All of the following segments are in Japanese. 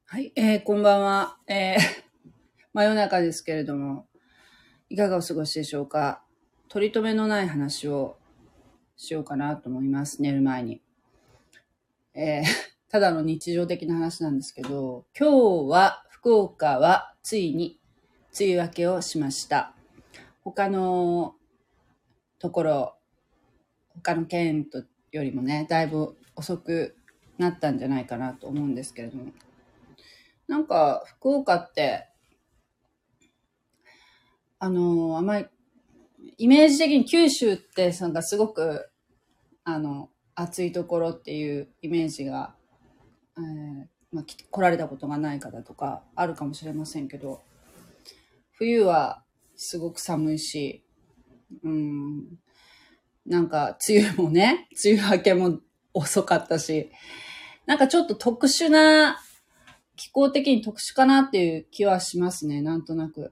はい、こんばんは。真夜中ですけれども、いかがお過ごしでしょうか。取り留めのない話をしようかなと思います、寝る前に。ただの日常的な話なんですけど、今日は福岡はついに梅雨明けをしました。他のところ、他の県よりもね、だいぶ遅くなったんじゃないかなと思うんですけれども、なんか福岡ってあんまりイメージ的に九州ってなんかすごく暑いところっていうイメージが、来られたことがない方とかあるかもしれませんけど、冬はすごく寒いし、なんか梅雨もね、梅雨明けも遅かったし、なんかちょっと特殊な、気候的に特殊かなっていう気はしますね、なんとなく。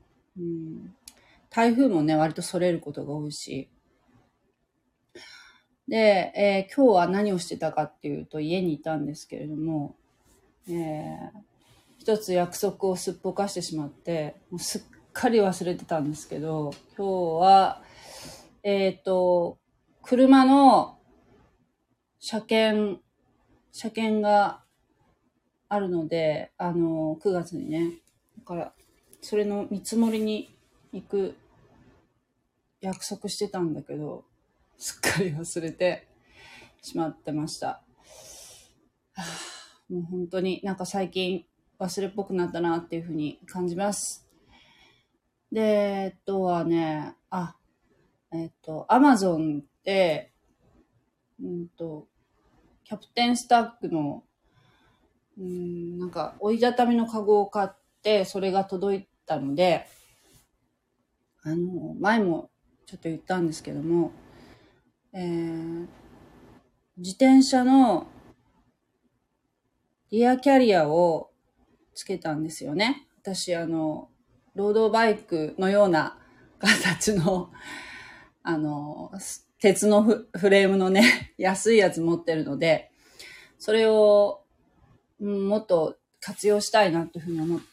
台風もね、割とそれることが多いし。で、今日は何をしてたかっていうと、家にいたんですけれども、一つ約束をすっぽかしてしまって、もうすっかり忘れてたんですけど、今日は、車の車検があるので、9月にね、だから、それの見積もりに行く約束してたんだけど、すっかり忘れてしまってました。もう本当になんか最近忘れっぽくなったなっていうふうに感じます。で、はね、アマゾンで、キャプテンスタックの、なんか折りたたみのカゴを買って、それが届いたので、前もちょっと言ったんですけども、自転車のリアキャリアをつけたんですよね。私、ロードバイクのような形の、鉄のフレームのね、安いやつ持ってるので、それを、もっと活用したいなっていうふうに思って、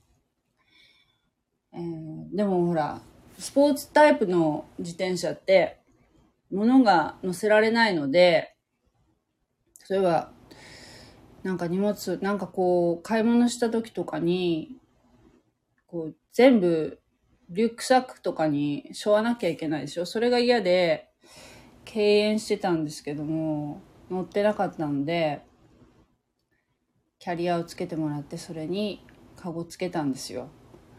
でもほら、スポーツタイプの自転車って、物が乗せられないので、例えば、なんか荷物、なんかこう、買い物した時とかに、こう、全部、リュックサックとかに背負わなきゃいけないでしょ。それが嫌で、敬遠してたんですけども、乗ってなかったので、キャリアをつけてもらって、それにカゴつけたんですよ。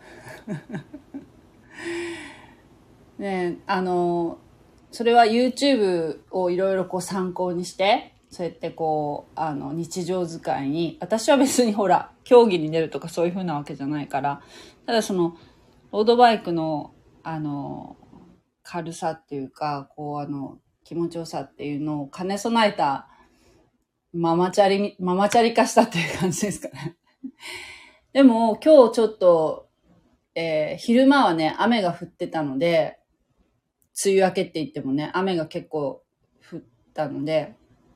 ね、それは YouTube をいろいろこう参考にして、そうやってこう、日常使いに、私は別にほら、競技に出るとかそういう風なわけじゃないから、ただその、ロードバイクの、軽さっていうか、こう気持ちよさっていうのを兼ね備えた、ママチャリ化したっていう感じですかね。でも、今日ちょっと、昼間はね、雨が降ってたので、梅雨明けって言ってもね、雨が結構降ったので、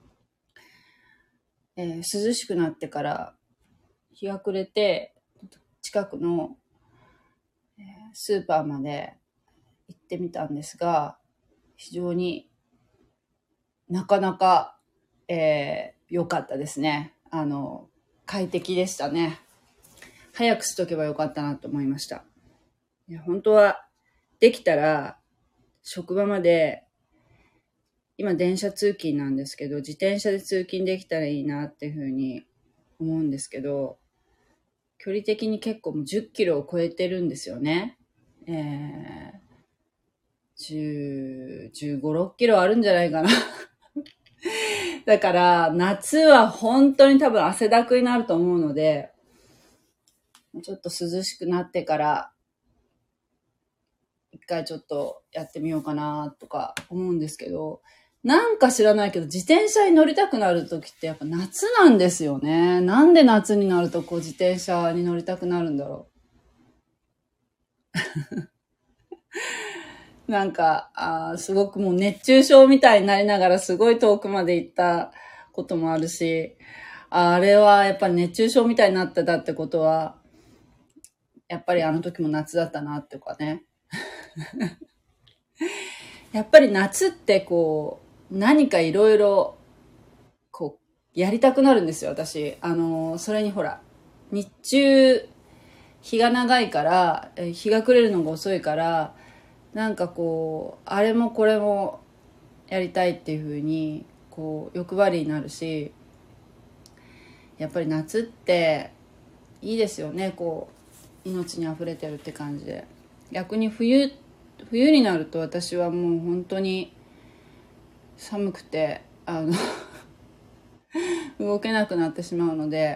涼しくなってから日が暮れて、近くのスーパーまで行ってみたんですが、非常になかなか、良かったですね。快適でしたね。早くしとけばよかったなと思いました。いや本当はできたら職場まで今電車通勤なんですけど、自転車で通勤できたらいいなっていうふうに思うんですけど、距離的に結構もう10キロを超えてるんですよね。15、6キロあるんじゃないかな。だから夏は本当に多分汗だくになると思うので、ちょっと涼しくなってから一回ちょっとやってみようかなとか思うんですけど、なんか知らないけど自転車に乗りたくなる時ってやっぱ夏なんですよね。なんで夏になるとこう自転車に乗りたくなるんだろう。なんかすごくもう熱中症みたいになりながらすごい遠くまで行ったこともあるし、 あれはやっぱり熱中症みたいになってたってことは、やっぱりあの時も夏だったなっていうかね。やっぱり夏ってこう、何かいろいろ、こう、やりたくなるんですよ、私。それにほら、日中、日が長いから、日が暮れるのが遅いから、なんかこう、あれもこれもやりたいっていう風に、こう、欲張りになるし、やっぱり夏っていいですよね、こう、命に溢れてるって感じで。逆に冬になると私はもう本当に寒くて、動けなくなってしまうので、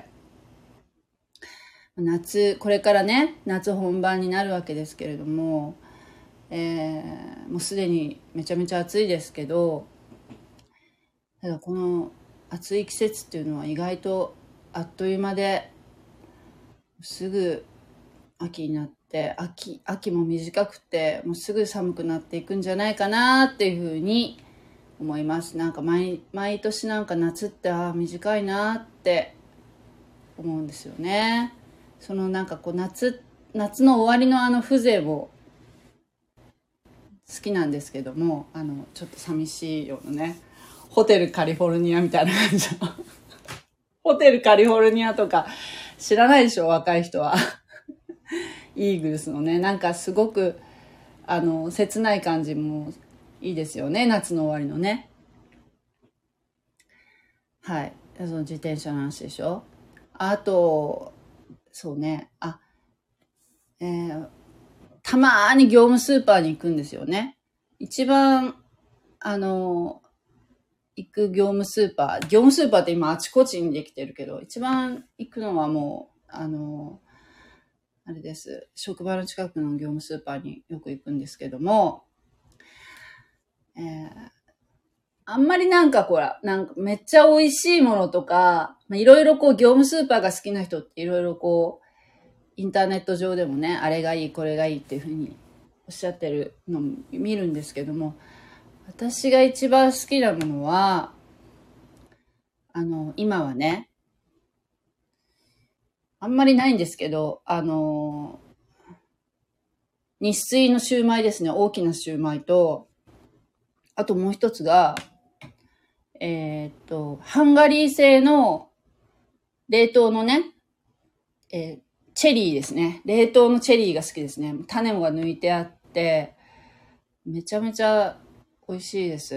これからね、夏本番になるわけですけれども、もうすでにめちゃめちゃ暑いですけど、ただこの暑い季節っていうのは意外とあっという間ですぐ秋になって、秋も短くて、もうすぐ寒くなっていくんじゃないかなっていうふうに思います。なんか毎年なんか夏って短いなって思うんですよね。そのなんかこう夏の終わりの風情も好きなんですけども、ちょっと寂しいようなね、ホテルカリフォルニアみたいな感じのホテルカリフォルニアとか知らないでしょ、若い人は。イーグルスのね、なんかすごく切ない感じもいいですよね、夏の終わりのね。はい。その自転車の話でしょ。あと、そうね。たまーに業務スーパーに行くんですよね。一番、行く業務スーパーって今あちこちにできてるけど、一番行くのはもう、あれです。職場の近くの業務スーパーによく行くんですけども、あんまりなんかほら、なんかめっちゃ美味しいものとか、いろいろこう業務スーパーが好きな人っていろいろこう、インターネット上でもね、あれがいい、これがいいっていうふうにおっしゃってるのを見るんですけども、私が一番好きなものは、今はね、あんまりないんですけど、日水のシューマイですね、大きなシューマイと、あともう一つが、ハンガリー製の冷凍のね、チェリーですね。冷凍のチェリーが好きですね。種が抜いてあって、めちゃめちゃ美味しいです。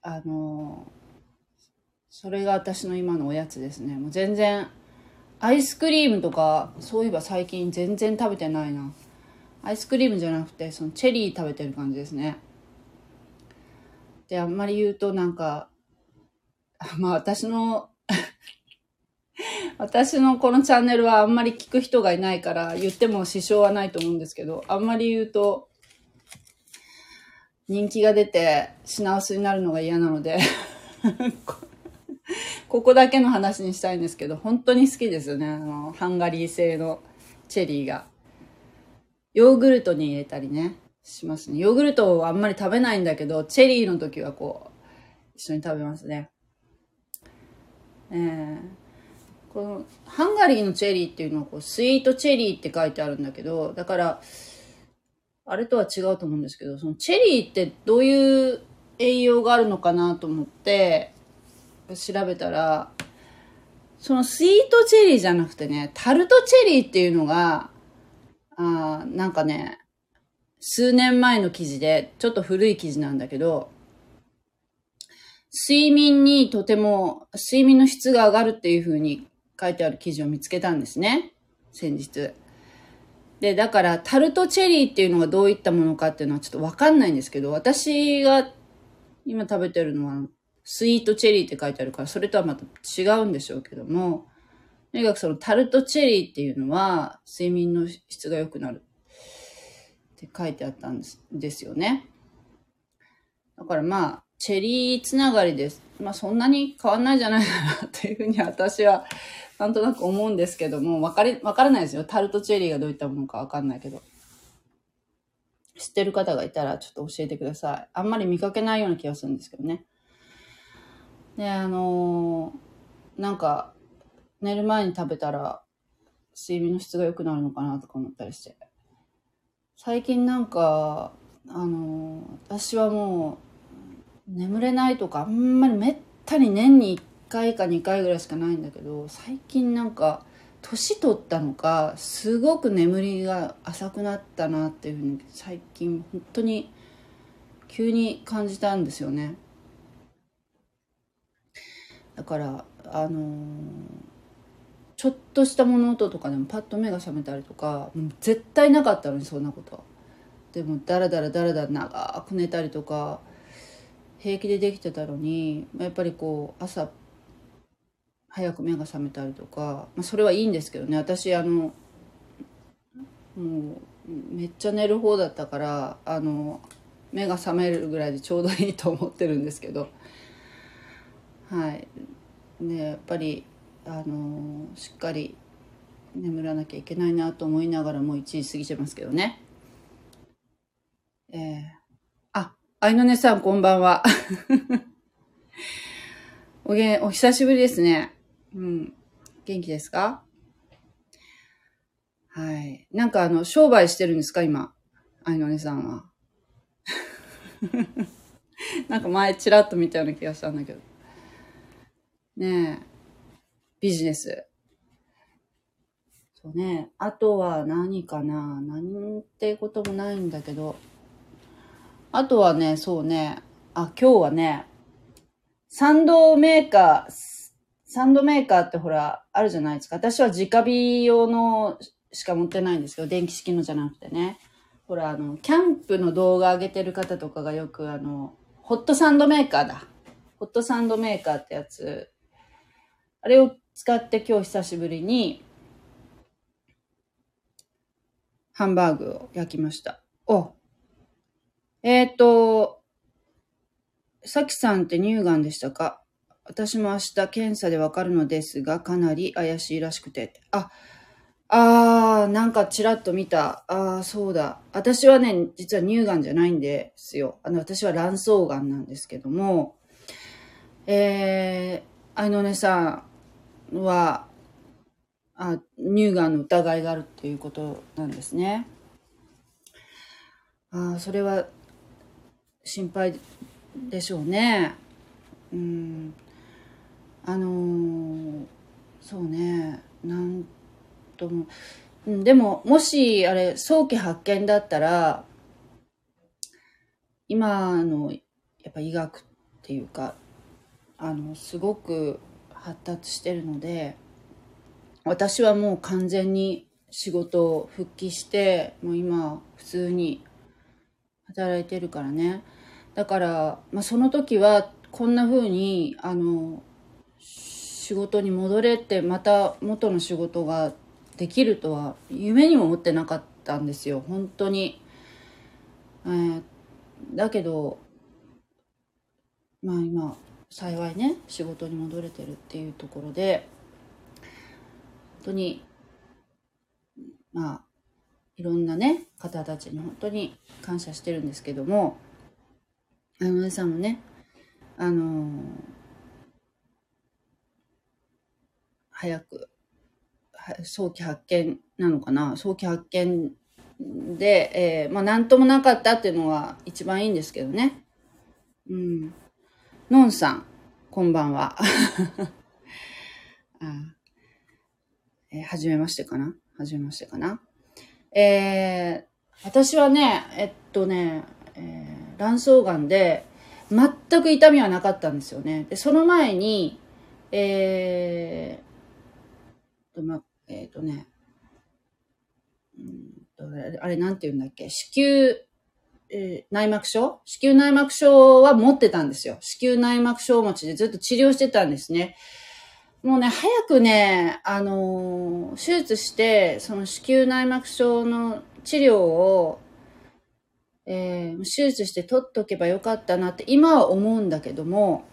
それが私の今のおやつですね。もう全然、アイスクリームとか、そういえば最近全然食べてないな。アイスクリームじゃなくて、そのチェリー食べてる感じですね。で、あんまり言うとなんか、まあ私のこのチャンネルはあんまり聞く人がいないから言っても支障はないと思うんですけど、あんまり言うと人気が出て品薄になるのが嫌なのでここだけの話にしたいんですけど、本当に好きですよね。ハンガリー製のチェリーが。ヨーグルトに入れたりね、しますね。ヨーグルトはあんまり食べないんだけど、チェリーの時はこう、一緒に食べますね。このハンガリーのチェリーっていうのはこうスイートチェリーって書いてあるんだけど、だからあれとは違うと思うんですけど、そのチェリーってどういう栄養があるのかなと思って調べたら、そのスイートチェリーじゃなくてね、タルトチェリーっていうのが、なんかね、数年前の記事で、ちょっと古い記事なんだけど、睡眠の質が上がるっていう風に書いてある記事を見つけたんですね。先日。で、だからタルトチェリーっていうのがどういったものかっていうのはちょっとわかんないんですけど、私が今食べてるのはスイートチェリーって書いてあるから、それとはまた違うんでしょうけども、とにかくそのタルトチェリーっていうのは睡眠の質が良くなるって書いてあったんですよね。だからまあ、チェリーつながりです。まあそんなに変わんないんじゃないかなっていうふうに私はなんとなく思うんですけども、わからないですよ。タルトチェリーがどういったものかわかんないけど。知ってる方がいたらちょっと教えてください。あんまり見かけないような気がするんですけどね。で、なんか、 寝る前に食べたら睡眠の質が良くなるのかなとか思ったりして。最近なんか、私はもう眠れないとかあんまりめったに年に1回か2回ぐらいしかないんだけど、最近なんか年取ったのかすごく眠りが浅くなったなっていうふうに最近本当に急に感じたんですよね。だからちょっとした物音とかでもパッと目が覚めたりとか、もう絶対なかったのにそんなことは。でもダラダラダラダラ長く寝たりとか平気でできてたのに、やっぱりこう朝早く目が覚めたりとか、それはいいんですけどね。私もうめっちゃ寝る方だったから、目が覚めるぐらいでちょうどいいと思ってるんですけど、はい。でやっぱりしっかり眠らなきゃいけないなと思いながらもう1時過ぎてますけどね。えー、あいのねさんこんばんは。お久しぶりですね。うん。元気ですか？はい。なんか商売してるんですか今。あいのねさんは。なんか前チラッと見たような気がしたんだけど。ねえ。ビジネス。そうね。あとは何かな。何ってこともないんだけど。あとはね、そうね。今日はね、サンドメーカーってほら、あるじゃないですか。私は直火用のしか持ってないんですけど、電気式のじゃなくてね。ほら、キャンプの動画上げてる方とかがよくホットサンドメーカーだ。ホットサンドメーカーってやつ。あれを使って今日久しぶりにハンバーグを焼きました。さきさんって乳がんでしたか？私も明日検査でわかるのですが、かなり怪しいらしくて。なんかちらっと見た。そうだ。私はね、実は乳がんじゃないんですよ。私は卵巣がんなんですけども、あいのねさんは、乳がんの疑いがあるっていうことなんですね。それは心配でしょうね。うん。あのーそうね。なんとも。でも、もし、あれ、早期発見だったら、今の、やっぱ医学っていうか、すごく発達してるので、私はもう完全に仕事を復帰して、もう今、普通に働いてるからね。だから、その時は、こんな風に、仕事に戻れて、また元の仕事ができるとは、夢にも思ってなかったんですよ。本当に。だけど、今、幸いね、仕事に戻れてるっていうところで、本当に、まあ、いろんなね、方たちに本当に感謝してるんですけども、皆さんもね、あのー早く、早期発見なのかな、早期発見で、なんともなかったっていうのが一番いいんですけどね。うん。のんさん、こんばんは。はじめましてかなはじめましてかな。私はね、卵巣がんで、全く痛みはなかったんですよね。で、その前に、えーと、ま、えーとね、あれなんて言うんだっけ、内膜症子宮内膜症は持ってたんですよ。子宮内膜症持ちでずっと治療してたんですね。もうね、早くね、手術して、その子宮内膜症の治療を、手術して取っとけばよかったなって今は思うんだけども、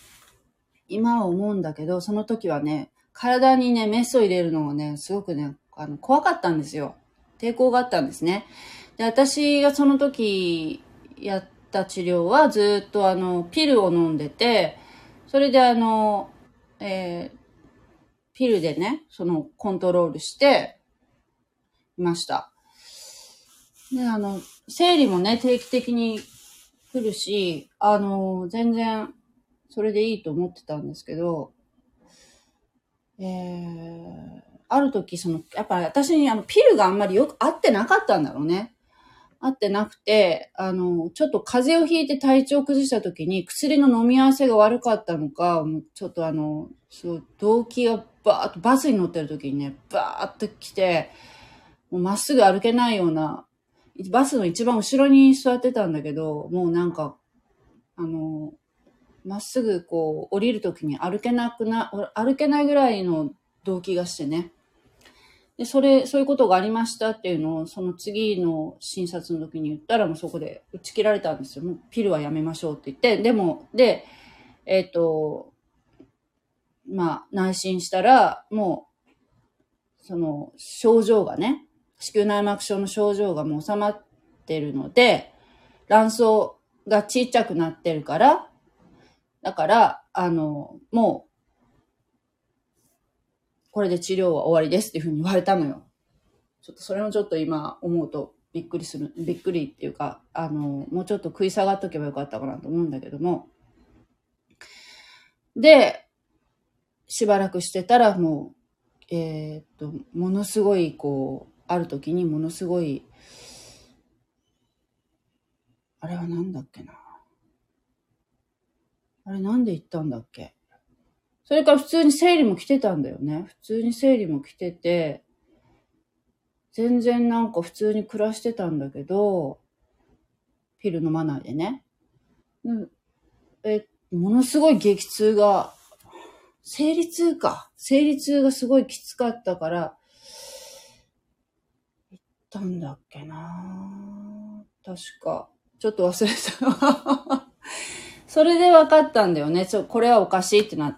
その時はね、体にね、メスを入れるのがね、すごくね、怖かったんですよ。抵抗があったんですね。で、私がその時やった治療はずっとピルを飲んでて、それでえーピルでね、そのコントロールしていました。で、生理もね、定期的に来るし、全然それでいいと思ってたんですけど、ある時、やっぱり私にピルがあんまりよく合ってなかったんだろうね。合ってなくて、ちょっと風邪をひいて体調を崩した時に薬の飲み合わせが悪かったのか、もうちょっとすごい動悸がバーっとバスに乗ってる時にね、バーっと来て、もうまっすぐ歩けないような、バスの一番後ろに座ってたんだけど、もうなんか、まっすぐこう降りるときに歩けないぐらいの動悸がしてね。で、そういうことがありましたっていうのを、その次の診察の時に言ったらもうそこで打ち切られたんですよ。もうピルはやめましょうって言って、で、内診したら、もう、その症状がね、子宮内膜症の症状がもう収まってるので、卵巣が小さくなってるから、だから、もう、これで治療は終わりですっていうふうに言われたのよ。ちょっとそれもちょっと今思うとびっくりっていうか、もうちょっと食い下がっとけばよかったかなと思うんだけども。で、しばらくしてたらもう、ものすごいこう、ある時にものすごい、あれはなんだっけな。あれなんで言ったんだっけ。それから普通に生理も来てたんだよね。普通に生理も来てて、全然なんか普通に暮らしてたんだけど、ピル飲まないでね。ものすごい激痛が、生理痛がすごいきつかったから、行ったんだっけな確か。ちょっと忘れた。それで分かったんだよね。これはおかしいってなって、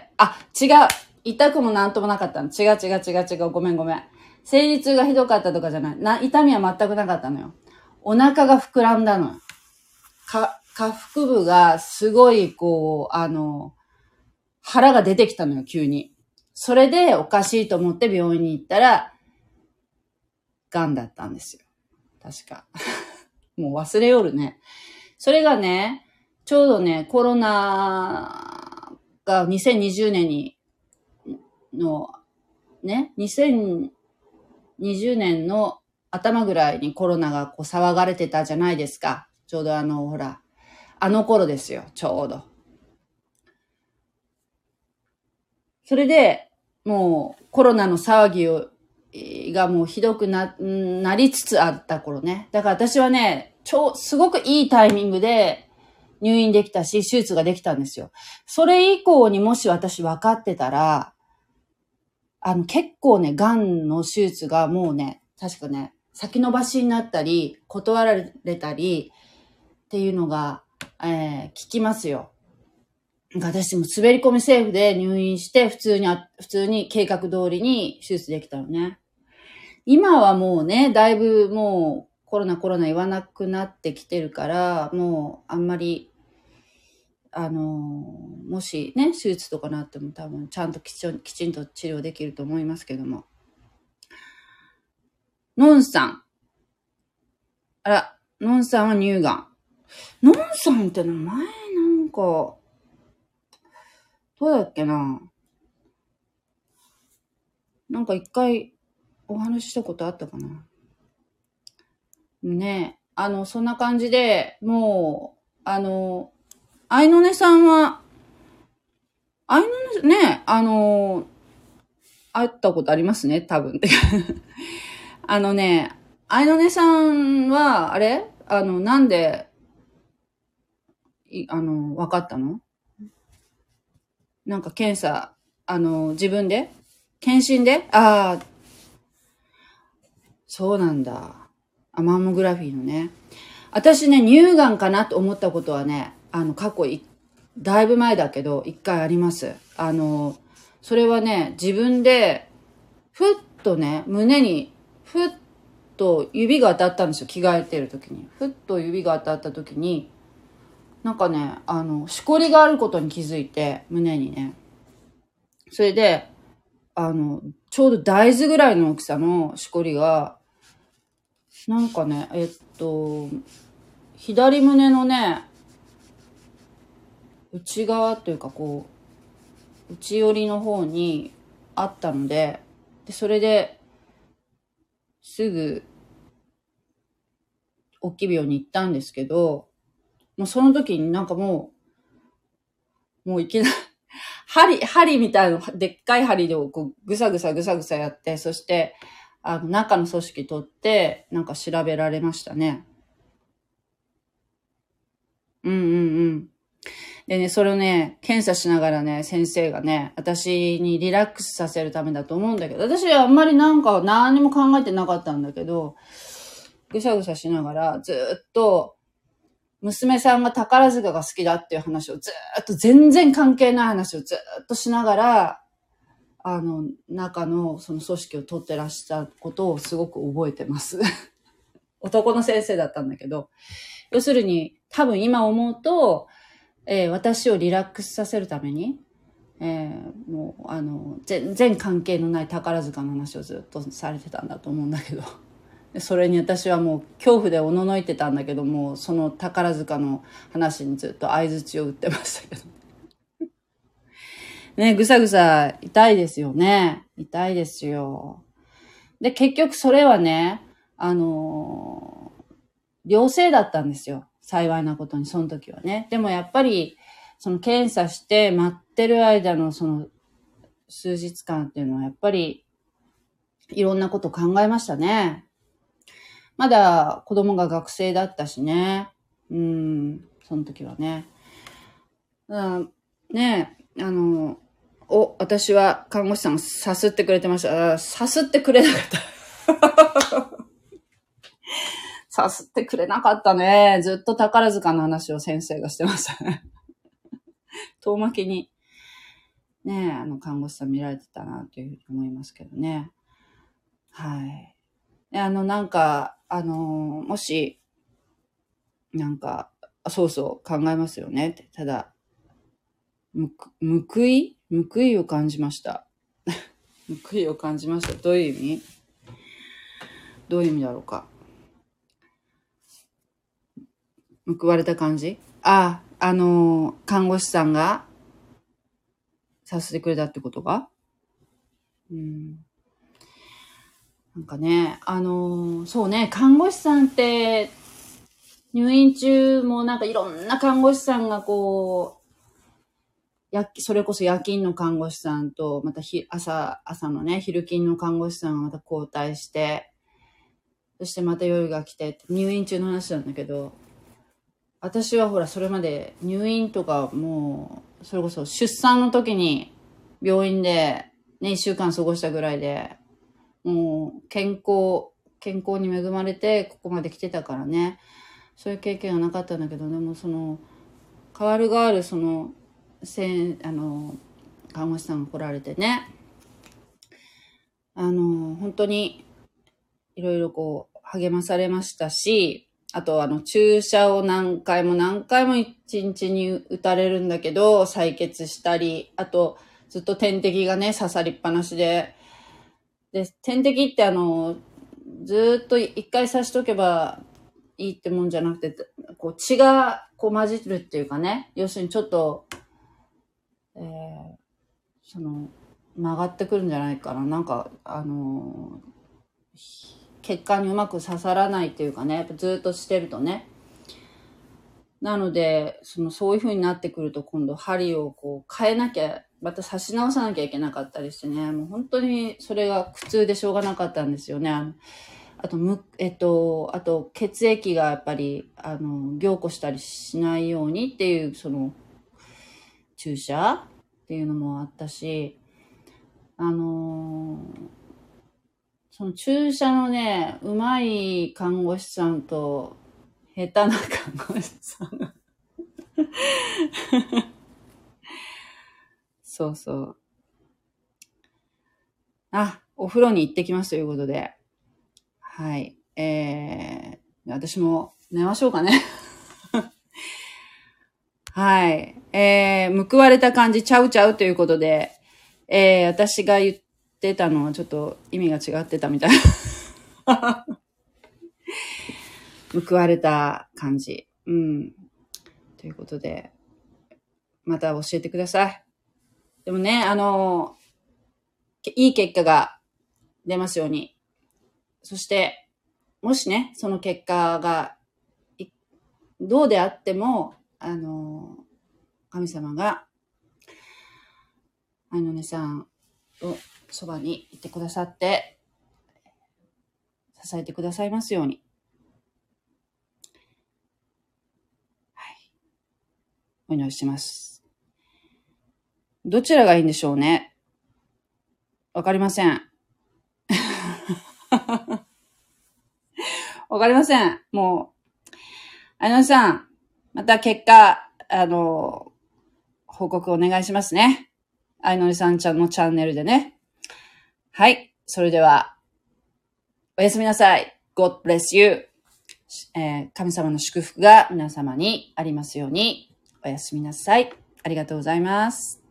違う。痛くもなんともなかったの。違う。ごめん。生理痛がひどかったとかじゃない。痛みは全くなかったのよ。お腹が膨らんだのよ。下腹部がすごいこう、腹が出てきたのよ、急に。それでおかしいと思って病院に行ったら、癌だったんですよ。確か。もう忘れよるね。それがね、ちょうどね、コロナが2020年2020年の頭ぐらいにコロナがこう騒がれてたじゃないですか。ちょうどほら、あの頃ですよ、ちょうど。それで、もうコロナの騒ぎがもうひどくなりつつあった頃ね。だから私はね、すごくいいタイミングで入院できたし、手術ができたんですよ。それ以降にもし私分かってたら、結構ね、癌の手術がもうね、確かね、先延ばしになったり、断られたりっていうのが、聞きますよ。私も滑り込みセーフで入院して、普通に計画通りに手術できたのね。今はもうね、だいぶもうコロナ言わなくなってきてるから、もうあんまり、もしね、手術とかなっても多分ちゃんときちんと治療できると思いますけども。のんさん。のんさんは乳がん。のんさんって名前なんか、どうだっけな。なんか一回お話ししたことあったかな。ね、そんな感じで、もう、愛の音さんは、会ったことありますね、多分。愛の音さんは、なんで、わかったの？なんか検査、自分で検診でそうなんだ。マンモグラフィーのね。私ね、乳がんかなと思ったことはね、過去だいぶ前だけど、一回あります。それはね、自分で、ふっとね、胸に、ふっと指が当たったんですよ。着替えてる時に。ふっと指が当たった時に、なんかね、しこりがあることに気づいて、胸にね。それで、 ちょうど大豆ぐらいの大きさのしこりが、なんかね、左胸のね、内側というかこう、内寄りの方にあったので、それですぐ、大きい病院に行ったんですけど、もうその時になんかもういきなり、針みたいな、でっかい針でこうぐさぐさやって、そして、中の組織取って、なんか調べられましたね。でね、それをね、検査しながらね、先生がね、私にリラックスさせるためだと思うんだけど、私はあんまりなんか何も考えてなかったんだけど、ぐしゃぐしゃしながらずっと、娘さんが宝塚が好きだっていう話をずっと全然関係ない話をずっとしながら、中のその組織を取ってらしたことをすごく覚えてます。男の先生だったんだけど、要するに多分今思うと、私をリラックスさせるために、もう全然関係のない宝塚の話をずっとされてたんだと思うんだけど、それに私はもう恐怖でおののいてたんだけども、その宝塚の話にずっと相槌を打ってましたけどね、ぐさぐさ痛いですよね。痛いですよ。で、結局それはね、良性だったんですよ。幸いなことに、その時はね。でもやっぱり、その検査して待ってる間のその数日間っていうのはやっぱりいろんなこと考えましたね。まだ子供が学生だったしね。その時はね。ねえ、私は看護師さんがさすってくれてました。さすってくれなかった。さすってくれなかったね。ずっと宝塚の話を先生がしてましたね。遠巻きに、ね看護師さん見られてたなというふうに思いますけどね。はい。なんか、もし、なんか、そうそう考えますよねって。ただ、報いを感じました。報いを感じました。どういう意味だろうか。報われた感じ？看護師さんがさせてくれたってことが？なんかね、そうね、看護師さんって、入院中もなんかいろんな看護師さんがこう、それこそ夜勤の看護師さんと、また朝のね、昼勤の看護師さんがまた交代して、そしてまた夜が来て、入院中の話なんだけど、私はほら、それまで入院とかもう、それこそ出産の時に病院でね、1週間過ごしたぐらいで、もう健康に恵まれてここまで来てたからね、そういう経験がなかったんだけど、でもその、代わるその、看護師さんが来られてね、本当にいろいろこう励まされましたし、あと注射を何回も一日に打たれるんだけど、採血したり、あとずっと点滴がね、刺さりっぱなしで、点滴ってずっと一回刺しとけばいいってもんじゃなくて、こう血がこう混じるっていうかね、要するにちょっと、その、曲がってくるんじゃないかな。なんか、血管にうまく刺さらないっていうかね、やっぱずっとしてるとね。なので、そういう風になってくると今度針をこう変えなきゃ、また刺し直さなきゃいけなかったりしてね、もう本当にそれが苦痛でしょうがなかったんですよね。あと血液がやっぱり、凝固したりしないようにっていう、その、注射っていうのもあったし、その注射のね、うまい看護師さんと、下手な看護師さんがそうそう。お風呂に行ってきますということで。はい。私も寝ましょうかね。はい。報われた感じちゃうということで、私が言っってたのはちょっと意味が違ってたみたいな。報われた感じ。うん。ということで、また教えてください。でもね、いい結果が出ますように。そして、もしね、その結果が、どうであっても、神様が、愛の音さんをそばにいてくださって、支えてくださいますように。はい。お祈りします。どちらがいいんでしょうね。わかりません。わかりません。もう、愛の音さん、また結果、報告お願いしますね。愛のりさんちゃんのチャンネルでね。はい。それでは、おやすみなさい。God bless you。神様の祝福が皆様にありますように。おやすみなさい。ありがとうございます。